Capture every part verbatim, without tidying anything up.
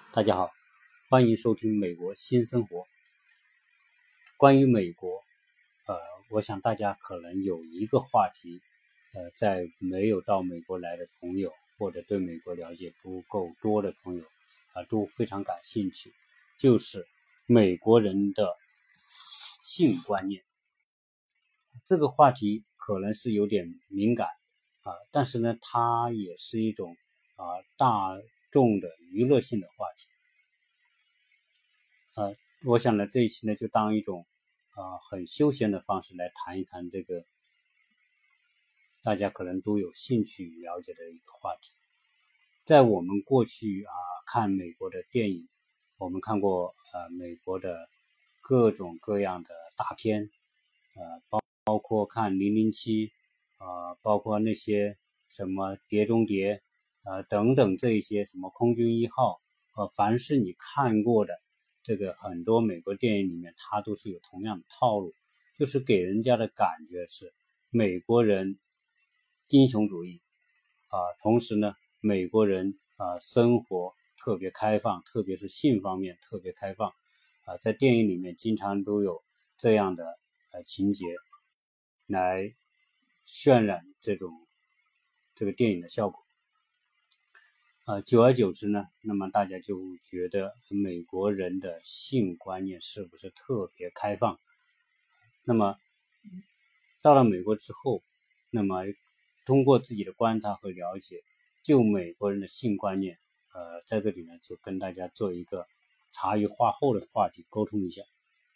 大家好，欢迎收听美国新生活。关于美国，呃，我想大家可能有一个话题，呃，在没有到美国来的朋友，或者对美国了解不够多的朋友，啊、呃，都非常感兴趣，就是美国人的性观念。这个话题可能是有点敏感啊、呃，但是呢，它也是一种啊、呃、大众的娱乐性的话题。呃，我想呢，这一期呢就当一种啊、呃、很休闲的方式来谈一谈这个大家可能都有兴趣了解的一个话题。在我们过去啊看美国的电影，我们看过呃美国的各种各样的大片，呃包包括看零零七啊，包括那些什么碟中谍啊、呃、等等这一些什么空军一号，呃凡是你看过的。这个很多美国电影里面，它都是有同样的套路，就是给人家的感觉是美国人英雄主义啊、呃，同时呢，美国人啊、呃、生活特别开放，特别是性方面特别开放啊、呃，在电影里面经常都有这样的呃情节来渲染这种这个电影的效果。呃，久而久之呢，那么大家就觉得美国人的性观念是不是特别开放？那么到了美国之后，那么通过自己的观察和了解，就美国人的性观念，呃，在这里呢就跟大家做一个茶余饭后的话题沟通一下。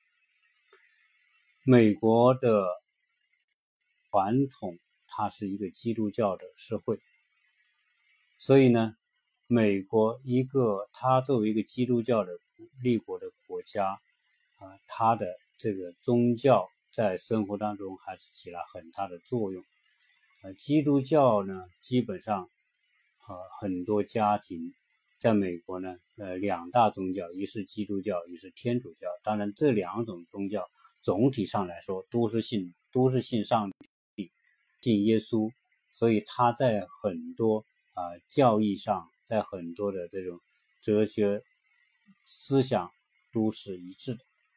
美国的传统，它是一个基督教的社会，所以呢。美国一个，它作为一个基督教的立国的国家，啊、呃，它的这个宗教在生活当中还是起了很大的作用。呃，基督教呢，基本上，呃，很多家庭在美国呢，呃，两大宗教，一是基督教，一是天主教。当然，这两种宗教总体上来说都是信，都是信上帝，信耶稣，所以它在很多啊、呃、教义上。在很多的这种哲学思想都是一致的。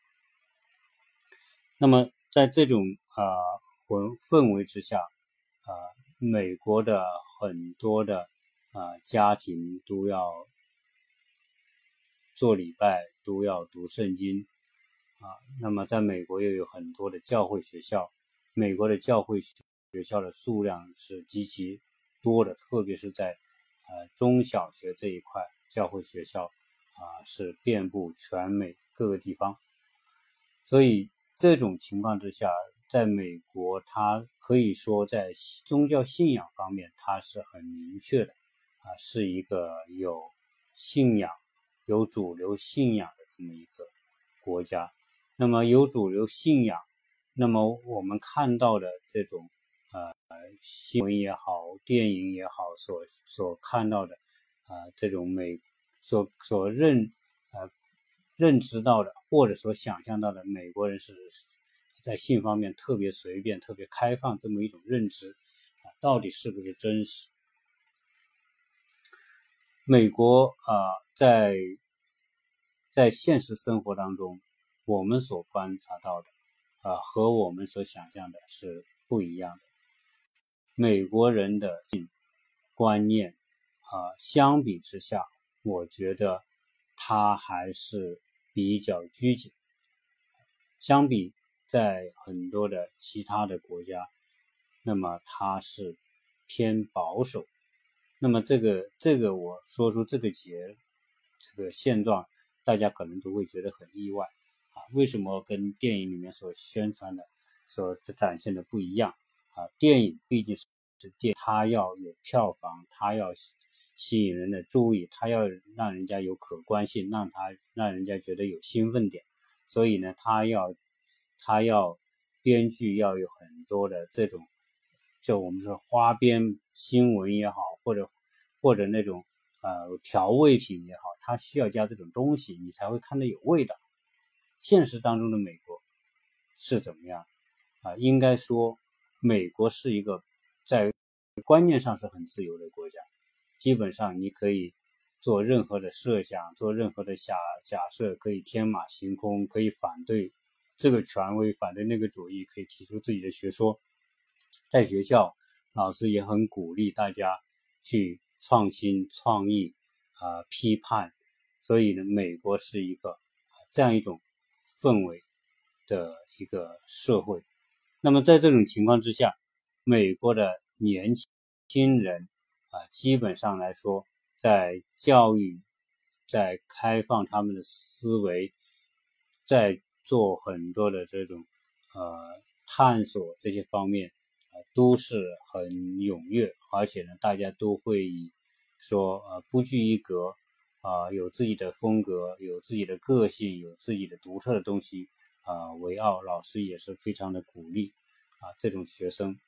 那么在这种啊氛氛围之下，啊、呃，美国的很多的啊、呃、家庭都要做礼拜，都要读圣经啊。那么在美国又有很多的教会学校，美国的教会学校的数量是极其多的，特别是在呃，中小学这一块，教会学校啊、呃、是遍布全美各个地方，所以这种情况之下，在美国，它可以说在宗教信仰方面，它是很明确的啊、呃，是一个有信仰、有主流信仰的这么一个国家。那么有主流信仰，那么我们看到的这种。呃，新闻也好，电影也好，所所看到的，啊、呃，这种美所所认呃认知到的，或者所想象到的，美国人是在性方面特别随便、特别开放这么一种认知，啊、呃，到底是不是真实？美国啊、呃，在在现实生活当中，我们所观察到的，啊、呃，和我们所想象的是不一样的。美国人的性观念啊、呃，相比之下，我觉得他还是比较拘谨。相比在很多的其他的国家，那么他是偏保守。那么这个这个我说出这个结这个现状，大家可能都会觉得很意外啊，为什么跟电影里面所宣传的、所展现的不一样啊？电影毕竟是电，它要有票房，它要吸引人的注意，它要让人家有可观性，让它让人家觉得有兴奋点。所以呢，他要他要编剧要有很多的这种，就我们说花边新闻也好，或者或者那种呃调味品也好，它需要加这种东西，你才会看得有味道。现实当中的美国是怎么样啊、呃？应该说，美国是一个在观念上是很自由的国家，基本上你可以做任何的设想，做任何的假假设，可以天马行空，可以反对这个权威，反对那个主义，可以提出自己的学说。在学校，老师也很鼓励大家去创新、创意、呃、批判。所以呢，美国是一个这样一种氛围的一个社会。那么在这种情况之下，美国的年轻人啊、呃，基本上来说，在教育，在开放他们的思维，在做很多的这种呃探索这些方面，呃，都是很踊跃，而且呢，大家都会以说呃不拘一格啊、呃，有自己的风格，有自己的个性，有自己的独特的东西啊、呃、为傲。老师也是非常的鼓励啊这种学生。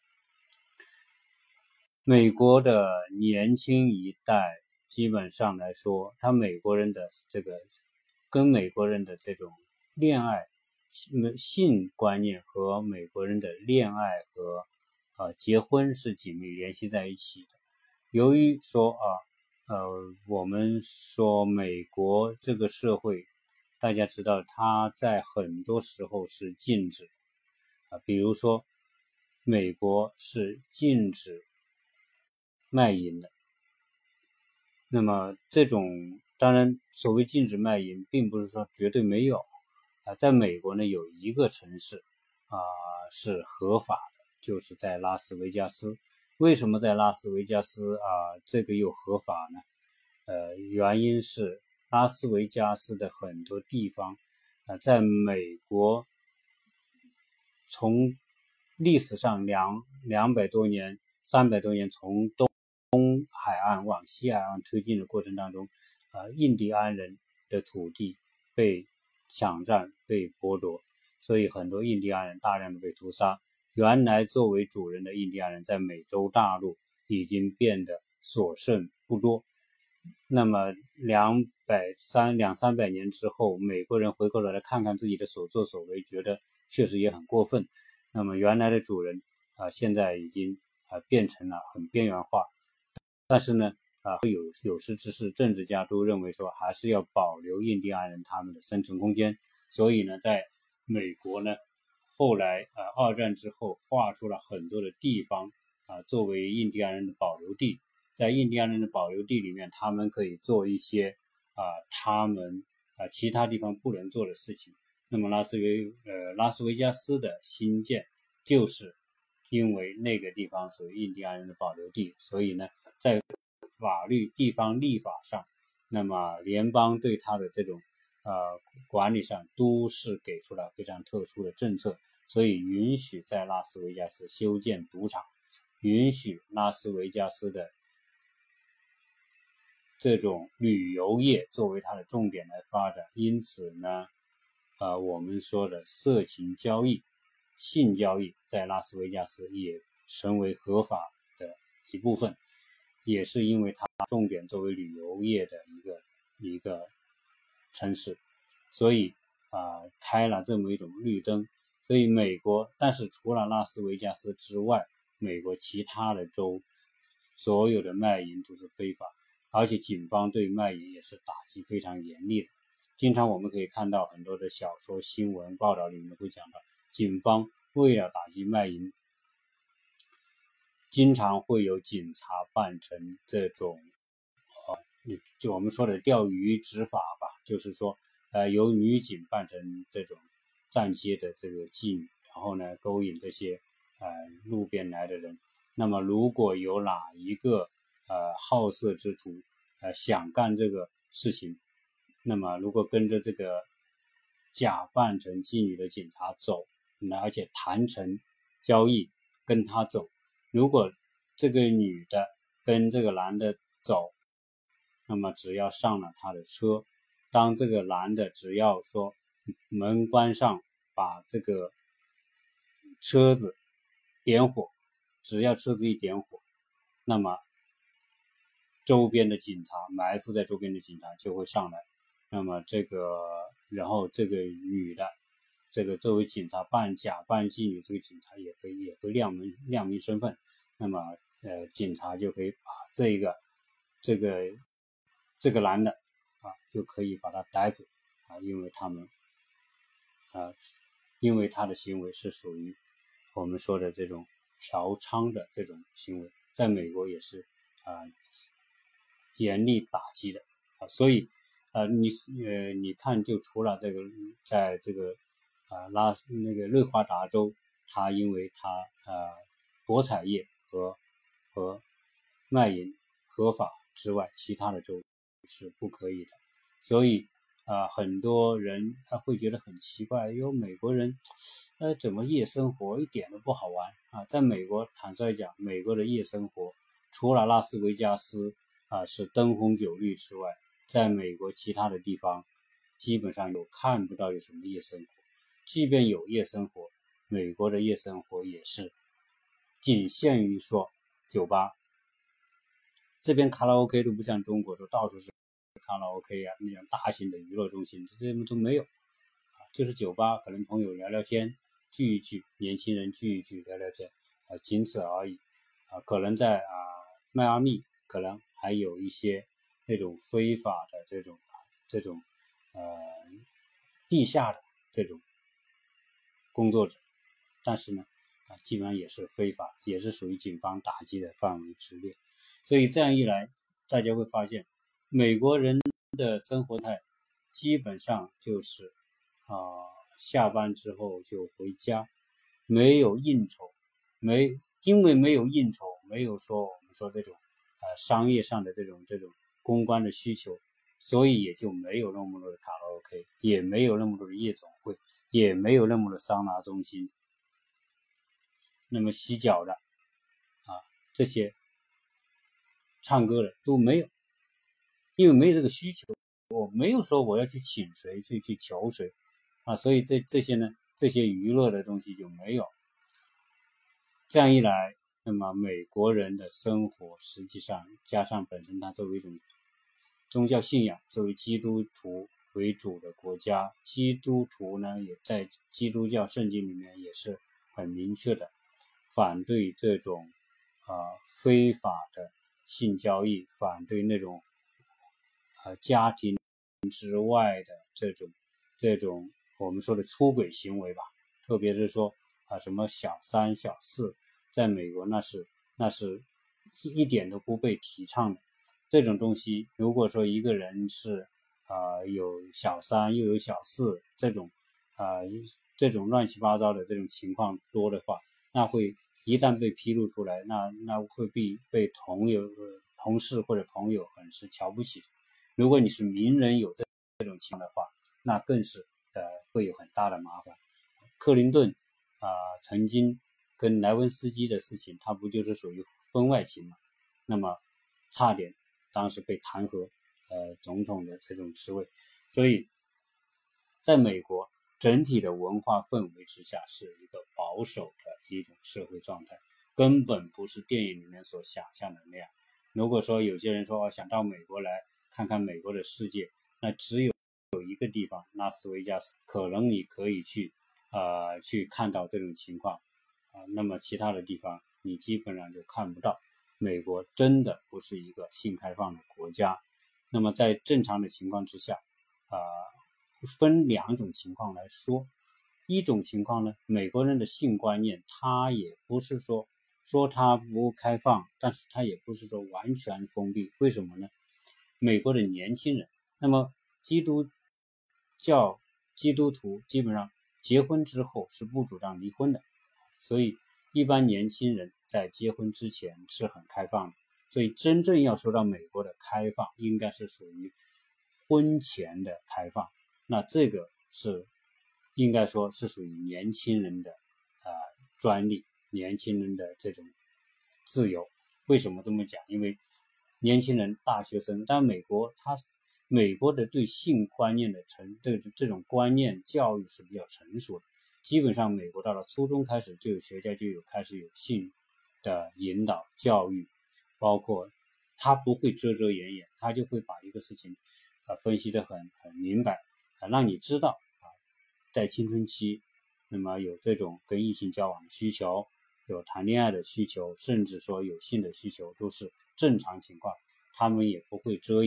美国的年轻一代基本上来说，他美国人的这个跟美国人的这种恋爱性观念和美国人的恋爱和呃结婚是紧密联系在一起的。由于说啊呃我们说美国这个社会，大家知道它在很多时候是禁止啊，比如说美国是禁止卖淫的。那么这种当然所谓禁止卖淫并不是说绝对没有啊，在美国呢有一个城市啊是合法的，就是在拉斯维加斯。为什么在拉斯维加斯啊这个又合法呢？呃，原因是拉斯维加斯的很多地方啊，在美国从历史上两两百多年、三百多年从东海岸往西海岸推进的过程当中，呃，印第安人的土地被抢占、被剥夺，所以很多印第安人大量的被屠杀。原来作为主人的印第安人在美洲大陆已经变得所剩不多。那么两百三两三百年之后，美国人回过头来看看自己的所作所为，觉得确实也很过分。那么原来的主人啊、呃，现在已经啊、呃、变成了很边缘化。但是呢，啊、呃，有有识之士、政治家都认为说，还是要保留印第安人他们的生存空间。所以呢，在美国呢，后来啊、呃、二战之后划出了很多的地方啊、呃，作为印第安人的保留地。在印第安人的保留地里面，他们可以做一些啊、呃、他们啊、呃、其他地方不能做的事情。那么拉斯维呃拉斯维加斯的新建，就是因为那个地方属于印第安人的保留地，所以呢，在法律地方立法上，那么联邦对它的这种呃管理上都是给出了非常特殊的政策，所以允许在拉斯维加斯修建赌场，允许拉斯维加斯的这种旅游业作为它的重点来发展。因此呢，呃，我们说的色情交易、性交易在拉斯维加斯也成为合法的一部分，也是因为它重点作为旅游业的一个一个城市，所以啊、呃、开了这么一种绿灯。所以美国，但是除了拉斯维加斯之外，美国其他的州所有的卖淫都是非法，而且警方对卖淫也是打击非常严厉的。经常我们可以看到很多的小说、新闻报道里面会讲到，警方为了打击卖淫，经常会有警察扮成这种呃，就我们说的钓鱼执法吧，就是说呃由女警扮成这种站街的这个妓女，然后呢勾引这些呃路边来的人。那么如果有哪一个呃好色之徒呃想干这个事情，那么如果跟着这个假扮成妓女的警察走，而且谈成交易跟他走，如果这个女的跟这个男的走，那么只要上了他的车，当这个男的只要说门关上，把这个车子点火，只要车子一点火，那么周边的警察，埋伏在周边的警察就会上来。那么这个，然后这个女的，这个作为警察扮假扮妓女，这个警察也会也会亮明亮明身份。那么呃，警察就可以把这个这个这个男的啊就可以把他逮捕啊，因为他们啊，因为他的行为是属于我们说的这种嫖娼的这种行为，在美国也是啊严厉打击的啊，所以啊你呃你看，就除了这个在这个啊拉那个内华达州，他因为他啊博彩业和和卖淫合法之外，其他的州是不可以的。所以啊、呃，很多人他会觉得很奇怪，有美国人呃怎么夜生活一点都不好玩啊？在美国，坦率讲，美国的夜生活除了拉斯维加斯啊是灯红酒绿之外，在美国其他的地方基本上有看不到有什么夜生活。即便有夜生活，美国的夜生活也是仅限于说酒吧，这边卡拉 OK 都不像中国说到处是卡拉 OK 啊，那种大型的娱乐中心，这些都没有，就是酒吧，可能朋友聊聊天，聚一聚，年轻人聚一聚聊聊天，啊，仅此而已，啊，可能在啊迈阿密，可能还有一些那种非法的这种这种呃地下的这种工作者，但是呢，啊，基本上也是非法，也是属于警方打击的范围之内，所以这样一来，大家会发现，美国人的生活态基本上就是啊、呃，下班之后就回家，没有应酬，没因为没有应酬，没有说我们说这种呃商业上的这种这种公关的需求，所以也就没有那么多的卡拉 OK， 也没有那么多的夜总会，也没有那么多的桑拿中心，那么洗脚的啊这些唱歌的都没有，因为没有这个需求，我没有说我要去请谁去去求谁啊，所以这这些呢，这些娱乐的东西就没有。这样一来，那么美国人的生活实际上加上本身它作为一种宗教信仰，作为基督徒为主的国家，基督徒呢也在基督教圣经里面也是很明确的反对这种啊、呃、非法的性交易，反对那种呃家庭之外的这种这种我们说的出轨行为吧，特别是说啊什么小三小四，在美国那是那是一点都不被提倡的。这种东西，如果说一个人是啊、呃、有小三又有小四这种啊、呃、这种乱七八糟的这种情况多的话，那会一旦被披露出来，那那会被被同友、同事或者朋友很是瞧不起。如果你是名人有这这种情况的话，那更是呃会有很大的麻烦。克林顿啊、呃、曾经跟莱文斯基的事情，他不就是属于婚外情嘛？那么差点当时被弹劾呃总统的这种职位，所以在美国整体的文化氛围之下是一个保守的一种社会状态，根本不是电影里面所想象的那样。如果说有些人说、哦、想到美国来看看美国的世界，那只有有一个地方拉斯维加斯，可能你可以去呃去看到这种情况啊、呃，那么其他的地方你基本上就看不到。美国真的不是一个性开放的国家。那么在正常的情况之下啊、呃，分两种情况来说。一种情况呢，美国人的性观念他也不是说说他不开放，但是他也不是说完全封闭。为什么呢？美国的年轻人，那么基督教基督徒基本上结婚之后是不主张离婚的，所以一般年轻人在结婚之前是很开放的。所以真正要说到美国的开放，应该是属于婚前的开放，那这个是应该说是属于年轻人的呃专利，年轻人的这种自由。为什么这么讲？因为年轻人大学生，但美国它美国的对性观念的成这这种观念教育是比较成熟的，基本上美国到了初中开始就有学校就有开始有性的引导教育，包括他不会遮遮掩掩，他就会把一个事情啊、呃、分析得很很明白啊、呃，让你知道啊，在青春期那么有这种跟异性交往的需求，有谈恋爱的需求，甚至说有性的需求，都是正常情况，他们也不会遮掩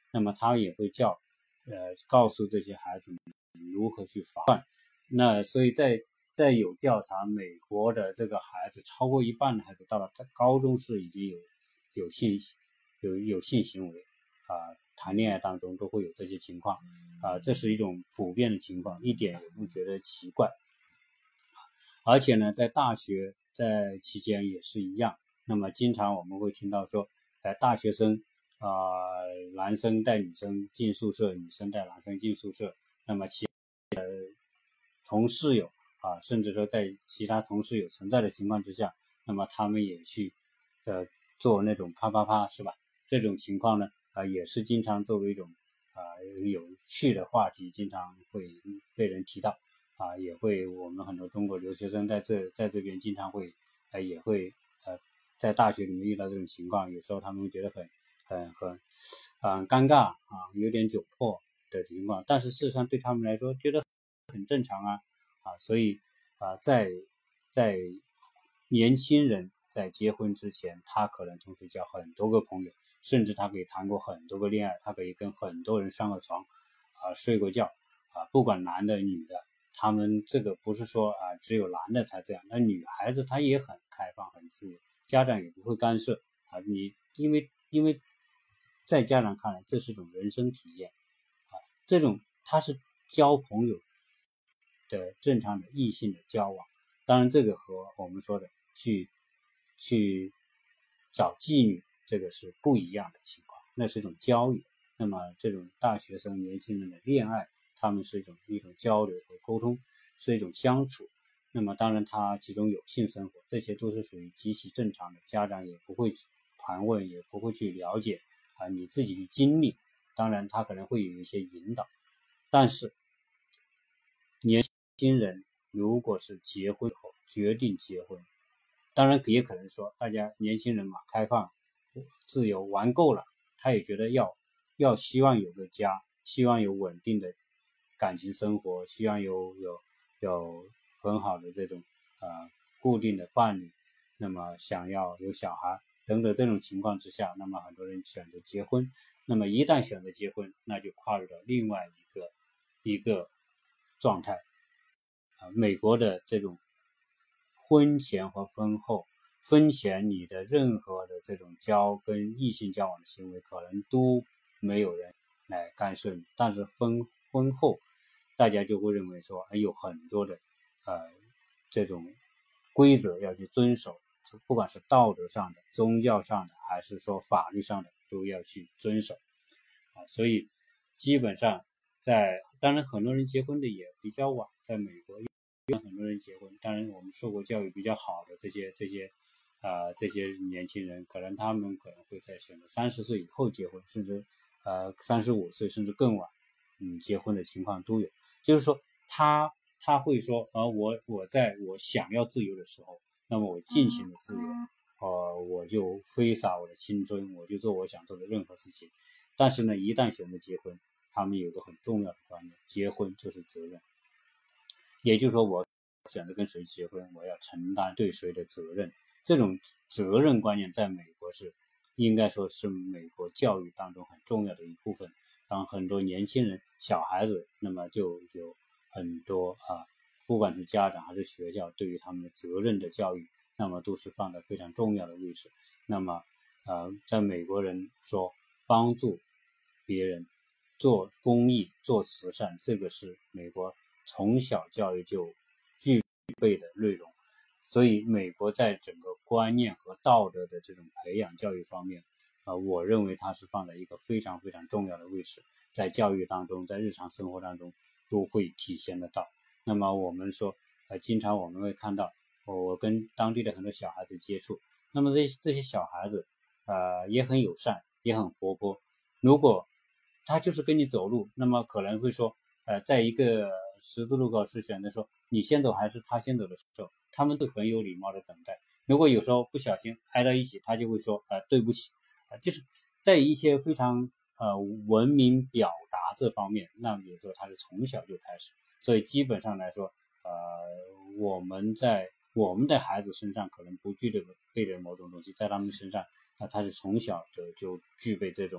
那么他也会教呃告诉这些孩子们如何去防范。那所以在在有调查，美国的这个孩子超过一半的孩子到了高中时已经有有性有有性行为啊、呃，谈恋爱当中都会有这些情况啊、呃，这是一种普遍的情况，一点也不觉得奇怪。而且呢，在大学在期间也是一样。那么经常我们会听到说，呃，大学生啊、呃，男生带女生进宿舍，女生带男生进宿舍，那么其呃同室友啊，甚至说在其他同室友存在的情况之下，那么他们也去呃做那种啪啪啪，是吧？这种情况呢，啊、呃，也是经常作为一种啊、呃、有趣的话题，经常会被人提到。啊，也会我们很多中国留学生在这在这边经常会，呃，也会呃在大学里面遇到这种情况，有时候他们会觉得很很很很尴尬啊，有点窘迫的情况，但是事实上对他们来说觉得很正常啊啊，所以啊，在在年轻人在结婚之前，他可能同时交很多个朋友，甚至他可以谈过很多个恋爱，他可以跟很多人上过床啊，睡过觉啊，不管男的女的。他们这个不是说啊，只有男的才这样，那女孩子她也很开放、很自由，家长也不会干涉啊。你因为因为在家长看来，这是一种人生体验啊，这种他是交朋友的正常的异性的交往，当然这个和我们说的去去找妓女这个是不一样的情况，那是一种交友。那么这种大学生年轻人的恋爱，他们是一种一种交流和沟通，是一种相处。那么当然他其中有性生活，这些都是属于极其正常的，家长也不会盘问，也不会去了解啊，你自己去经历。当然他可能会有一些引导，但是年轻人如果是结婚后决定结婚，当然也可能说大家年轻人嘛，开放自由玩够了，他也觉得要要希望有个家，希望有稳定的感情生活，希望有有有很好的这种呃固定的伴侣，那么想要有小孩等等这种情况之下，那么很多人选择结婚。那么一旦选择结婚，那就跨入到另外一个一个状态啊，美国的这种婚前和婚后，婚前你的任何的这种交跟异性交往的行为，可能都没有人来干涉你，但是婚婚后，大家就会认为说，有很多的呃这种规则要去遵守，不管是道德上的、宗教上的，还是说法律上的，都要去遵守啊。所以基本上在，当然很多人结婚的也比较晚，在美国。很多人结婚，当然我们受过教育比较好的这些这些啊、呃、这些年轻人，可能他们可能会在选择三十岁以后结婚，甚至呃三十五岁甚至更晚，嗯，结婚的情况都有。就是说他他会说啊、呃，我我在我想要自由的时候，那么我尽情的自由，呃，我就挥洒我的青春，我就做我想做的任何事情。但是呢，一旦选择结婚，他们有个很重要的观念，结婚就是责任。也就是说，我选择跟谁结婚，我要承担对谁的责任。这种责任观念在美国是应该说是美国教育当中很重要的一部分。让很多年轻人、小孩子，那么就有很多啊，不管是家长还是学校，对于他们的责任的教育，那么都是放在非常重要的位置。那么，呃，在美国人说帮助别人、做公益、做慈善，这个是美国从小教育就具备的内容，所以美国在整个观念和道德的这种培养教育方面，呃，我认为它是放在一个非常非常重要的位置，在教育当中，在日常生活当中都会体现得到。那么我们说，呃，经常我们会看到，我跟当地的很多小孩子接触，那么这这些小孩子，呃，也很友善，也很活泼。如果他就是跟你走路，那么可能会说，呃，在一个十字路口是选择说你先走还是他先走的时候，他们都很有礼貌的等待。如果有时候不小心挨到一起，他就会说，呃，对不起，呃，就是在一些非常呃文明表达这方面，那比如说他是从小就开始，所以基本上来说，呃，我们在我们的孩子身上可能不具备的某种东西，在他们身上，啊、呃，他是从小就就具备这种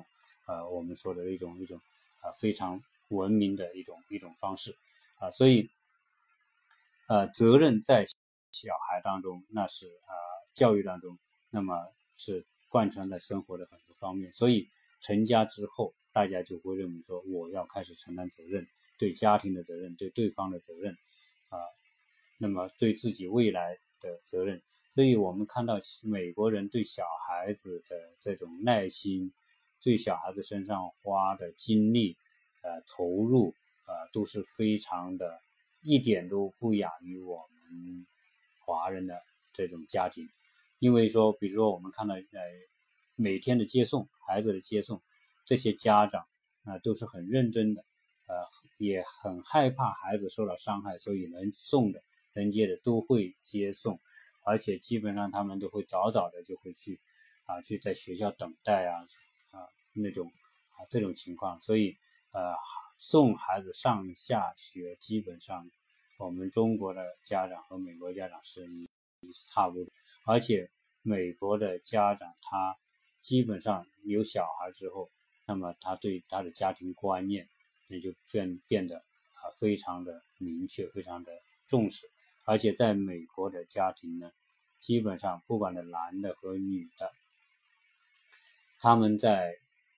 呃我们说的一种一种啊、呃、非常文明的一种一种方式啊、呃，所以呃责任在小孩当中，那是啊、呃、教育当中，那么是贯穿在生活的很多方面，所以成家之后，大家就会认为说我要开始承担责任，对家庭的责任，对对方的责任啊、呃，那么对自己未来的责任。所以我们看到美国人对小孩子的这种耐心，对小孩子身上花的精力呃投入呃都是非常的，一点都不亚于我们华人的这种家庭。因为说比如说我们看到呃每天的接送，孩子的接送，这些家长啊、呃、都是很认真的，呃也很害怕孩子受到伤害，所以能送的能接的都会接送，而且基本上他们都会早早的就会去啊去在学校等待啊啊那种啊这种情况，所以呃送孩子上下学基本上我们中国的家长和美国家长是一差不多，而且美国的家长他基本上有小孩之后，那么他对他的家庭观念也就变变得啊非常的明确，非常的重视。而且在美国的家庭呢，基本上不管是男的和女的，他们在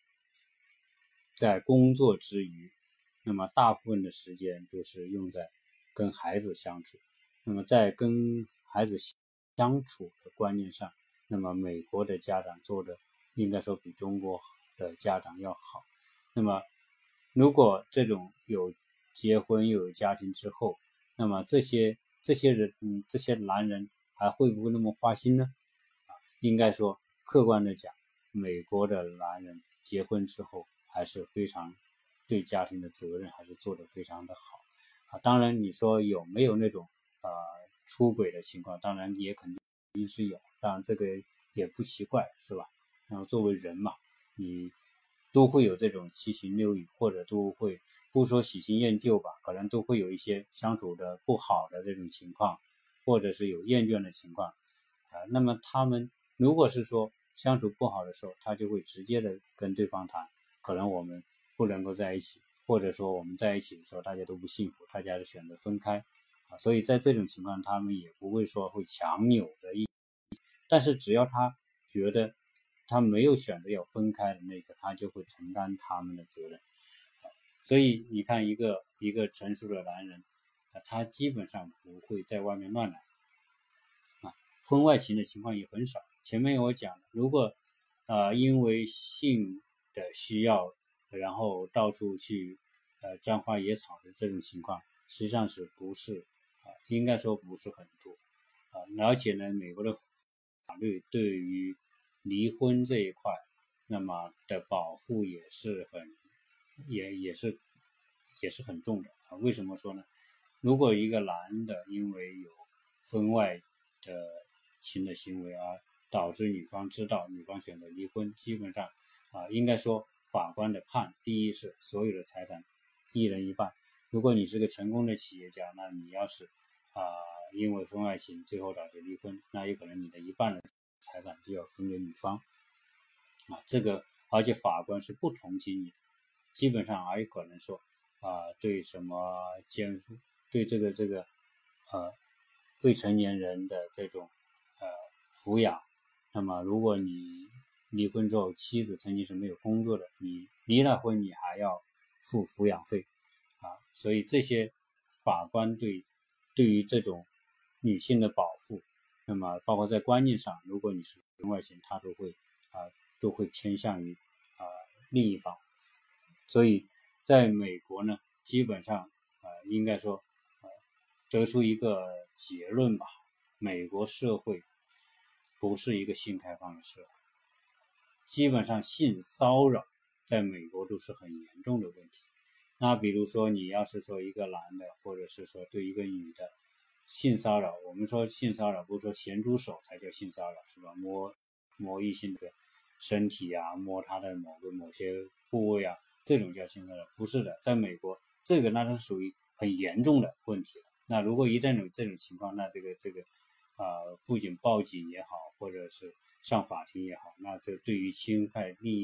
在工作之余，那么大部分的时间都是用在跟孩子相处。那么在跟孩子相处的观念上，那么美国的家长做的应该说比中国的家长要好。那么如果这种有结婚又有家庭之后，那么这些这些人嗯这些男人还会不会那么花心呢？啊，应该说客观的讲，美国的男人结婚之后还是非常对家庭的责任还是做得非常的好啊。当然你说有没有那种呃出轨的情况，当然也肯定是有，当然这个也不奇怪，是吧？然后作为人嘛，你都会有这种七情六欲，或者都会不说喜新厌旧吧，可能都会有一些相处的不好的这种情况，或者是有厌倦的情况啊、呃。那么他们如果是说相处不好的时候，他就会直接的跟对方谈，可能我们不能够在一起，或者说我们在一起的时候大家都不幸福，大家是选择分开啊。所以在这种情况，他们也不会说会强扭着一，但是只要他觉得他没有选择要分开的那个，他就会承担他们的责任。所以你看一个一个成熟的男人啊，他基本上不会在外面乱来啊，婚外情的情况也很少。前面我讲了，如果呃因为性的需要，然后到处去呃沾花野草的这种情况，实际上是不是啊、呃？应该说不是很多啊、呃。而且呢，美国的法律对于离婚这一块，那么的保护也是很也也是也是很重的啊。为什么说呢？如果一个男的因为有婚外的情的行为而导致女方知道，女方选择离婚，基本上啊，应该说法官的判，第一是所有的财产一人一半。如果你是个成功的企业家，那你要是啊因为婚外情最后导致离婚，那有可能你的一半的财产就要分给女方啊。这个而且法官是不同情你的，基本上还有可能说啊对什么奸夫，对这个这个呃未成年人的这种呃抚养，那么如果你离婚之后妻子曾经是没有工作的，你离了婚你还要付抚养费啊。所以这些法官对对于这种女性的保护，那么包括在观念上，如果你是婚外情，他都会啊、呃、都会偏向于啊、呃、另一方。所以在美国呢，基本上呃应该说呃得出一个结论吧，美国社会不是一个性开放的社会，基本上性骚扰在美国都是很严重的问题。那比如说你要是说一个男的，或者是说对一个女的性骚扰，我们说性骚扰不是说咸猪手才叫性骚扰，是吧？摸摸异性的身体啊，摸他的某个某些部位啊，这种叫性骚扰，不是的。在美国这个那是属于很严重的问题了。那如果一旦有这种情况，那这个这个呃不仅报警也好，或者是上法庭也好，那这对于侵害另一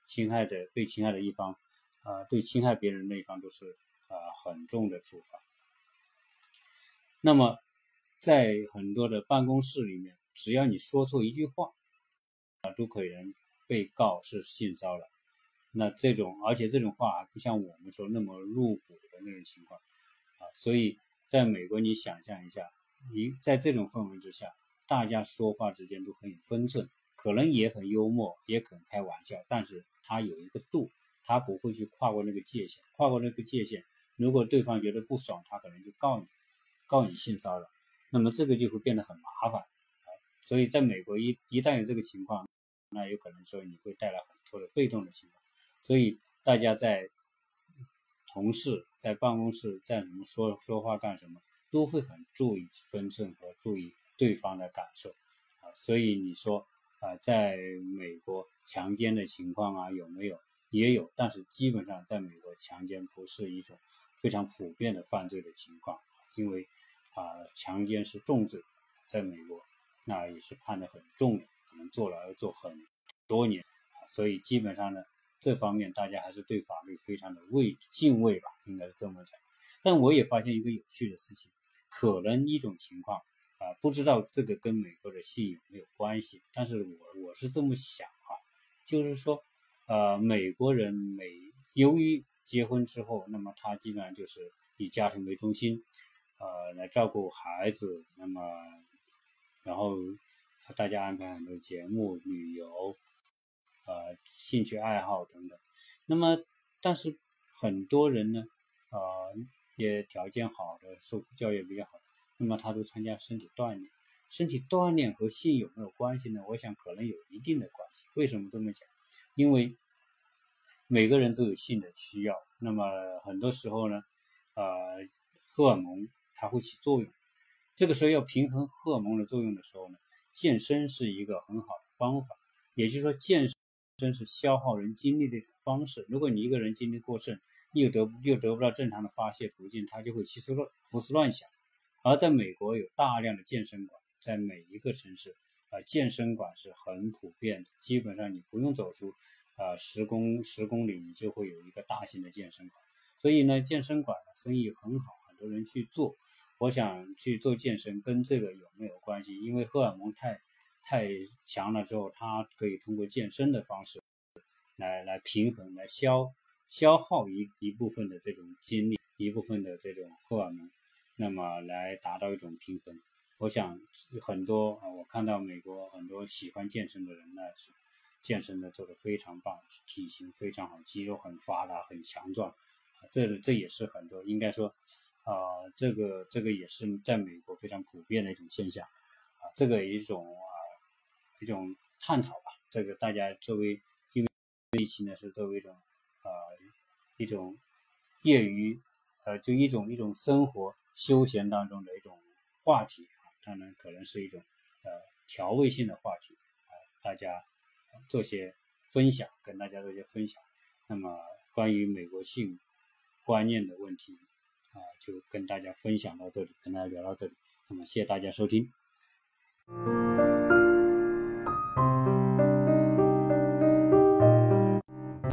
侵害的被侵害的一方，呃，对侵害别人的一方都是呃很重的处罚。那么在很多的办公室里面，只要你说错一句话啊，都可能被告是性骚扰。那这种而且这种话还不像我们说那么入骨的那种情况啊，所以在美国你想象一下，你在这种氛围之下，大家说话之间都很有分寸，可能也很幽默，也肯开玩笑，但是他有一个度，他不会去跨过那个界限，跨过那个界限，如果对方觉得不爽，他可能就告你，告你性骚扰，那么这个就会变得很麻烦啊。所以在美国一一旦有这个情况，那有可能说你会带来很多的被动的情况，所以大家在同事在办公室在什么说说话干什么，都会很注意分寸和注意对方的感受啊。所以你说啊，在美国强奸的情况啊有没有？也有，但是基本上在美国强奸不是一种非常普遍的犯罪的情况，因为啊强奸是重罪，在美国那也是判得很重的，可能坐牢要坐很多年啊，所以基本上呢这方面大家还是对法律非常的畏敬畏吧，应该是这么讲。但我也发现一个有趣的事情，可能一种情况啊，不知道这个跟美国的性有没有关系，但是我我是这么想啊，就是说呃，美国人每由于结婚之后，那么他基本上就是以家庭为中心，呃，来照顾孩子，那么然后大家安排很多节目、旅游、呃兴趣爱好等等。那么，但是很多人呢，呃，也条件好的，受教育比较好，那么他都参加身体锻炼。身体锻炼和性有没有关系呢？我想可能有一定的关系。为什么这么讲？因为每个人都有性的需要，那么很多时候呢，呃，荷尔蒙它会起作用。这个时候要平衡荷尔蒙的作用的时候呢，健身是一个很好的方法。也就是说，健身是消耗人精力的一种方式。如果你一个人精力过剩，又得又得不到正常的发泄途径，他就会胡思乱胡思乱想。而在美国有大量的健身馆，在每一个城市，呃，健身馆是很普遍的，基本上你不用走出呃十公十公里，你就会有一个大型的健身馆。所以呢，健身馆的生意很好，很多人去做。我想去做健身跟这个有没有关系？因为荷尔蒙太太强了之后，它可以通过健身的方式来来平衡，来消消耗一一部分的这种精力，一部分的这种荷尔蒙，那么来达到一种平衡。我想很多啊，我看到美国很多喜欢健身的人呢，是健身的做得非常棒，体型非常好，肌肉很发达，很强壮。这这也是很多应该说，啊、呃，这个这个也是在美国非常普遍的一种现象啊，这个一种啊、呃、一种探讨吧。这个大家作为因为这一期呢是作为一种呃一种业余呃就一种一种生活休闲当中的一种话题啊，当然可能是一种呃调味性的话题啊、呃，大家做些分享，跟大家做些分享。那么关于美国性观念的问题啊、呃，就跟大家分享到这里，跟大家聊到这里。那么谢谢大家收听。